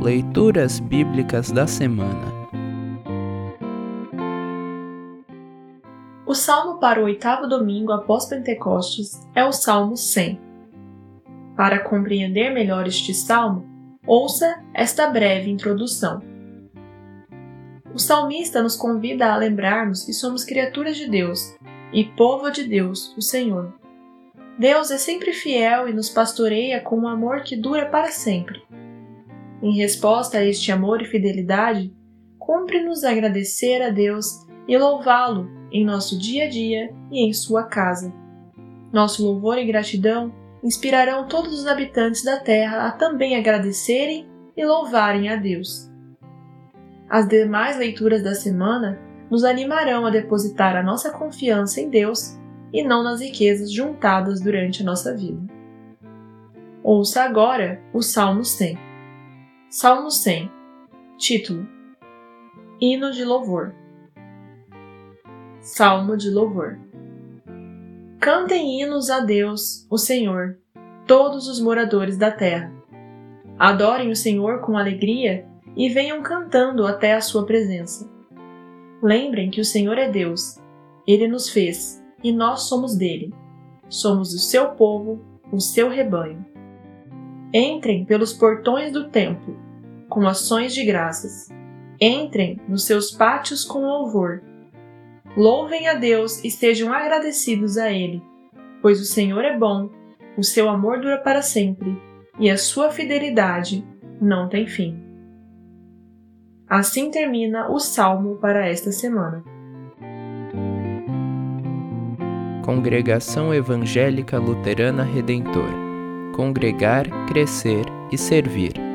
Leituras Bíblicas da Semana. O salmo para o 8º domingo após Pentecostes é o Salmo 100. Para compreender melhor este salmo, ouça esta breve introdução. O salmista nos convida a lembrarmos que somos criaturas de Deus e povo de Deus, o Senhor. Deus é sempre fiel e nos pastoreia com um amor que dura para sempre. Em resposta a este amor e fidelidade, cumpre-nos agradecer a Deus e louvá-lo em nosso dia a dia e em sua casa. Nosso louvor e gratidão inspirarão todos os habitantes da terra a também agradecerem e louvarem a Deus. As demais leituras da semana nos animarão a depositar a nossa confiança em Deus e não nas riquezas juntadas durante a nossa vida. Ouça agora o Salmo 100. Salmo 100. Título: Hino de Louvor. Salmo de Louvor. Cantem hinos a Deus, o Senhor, todos os moradores da terra. Adorem o Senhor com alegria e venham cantando até a sua presença. Lembrem que o Senhor é Deus. Ele nos fez e nós somos dele. Somos o seu povo, o seu rebanho. Entrem pelos portões do templo, com ações de graças. Entrem nos seus pátios com louvor. Louvem a Deus e sejam agradecidos a Ele, pois o Senhor é bom, o seu amor dura para sempre, e a sua fidelidade não tem fim. Assim termina o Salmo para esta semana. Congregação Evangélica Luterana Redentor. Congregar, crescer e servir.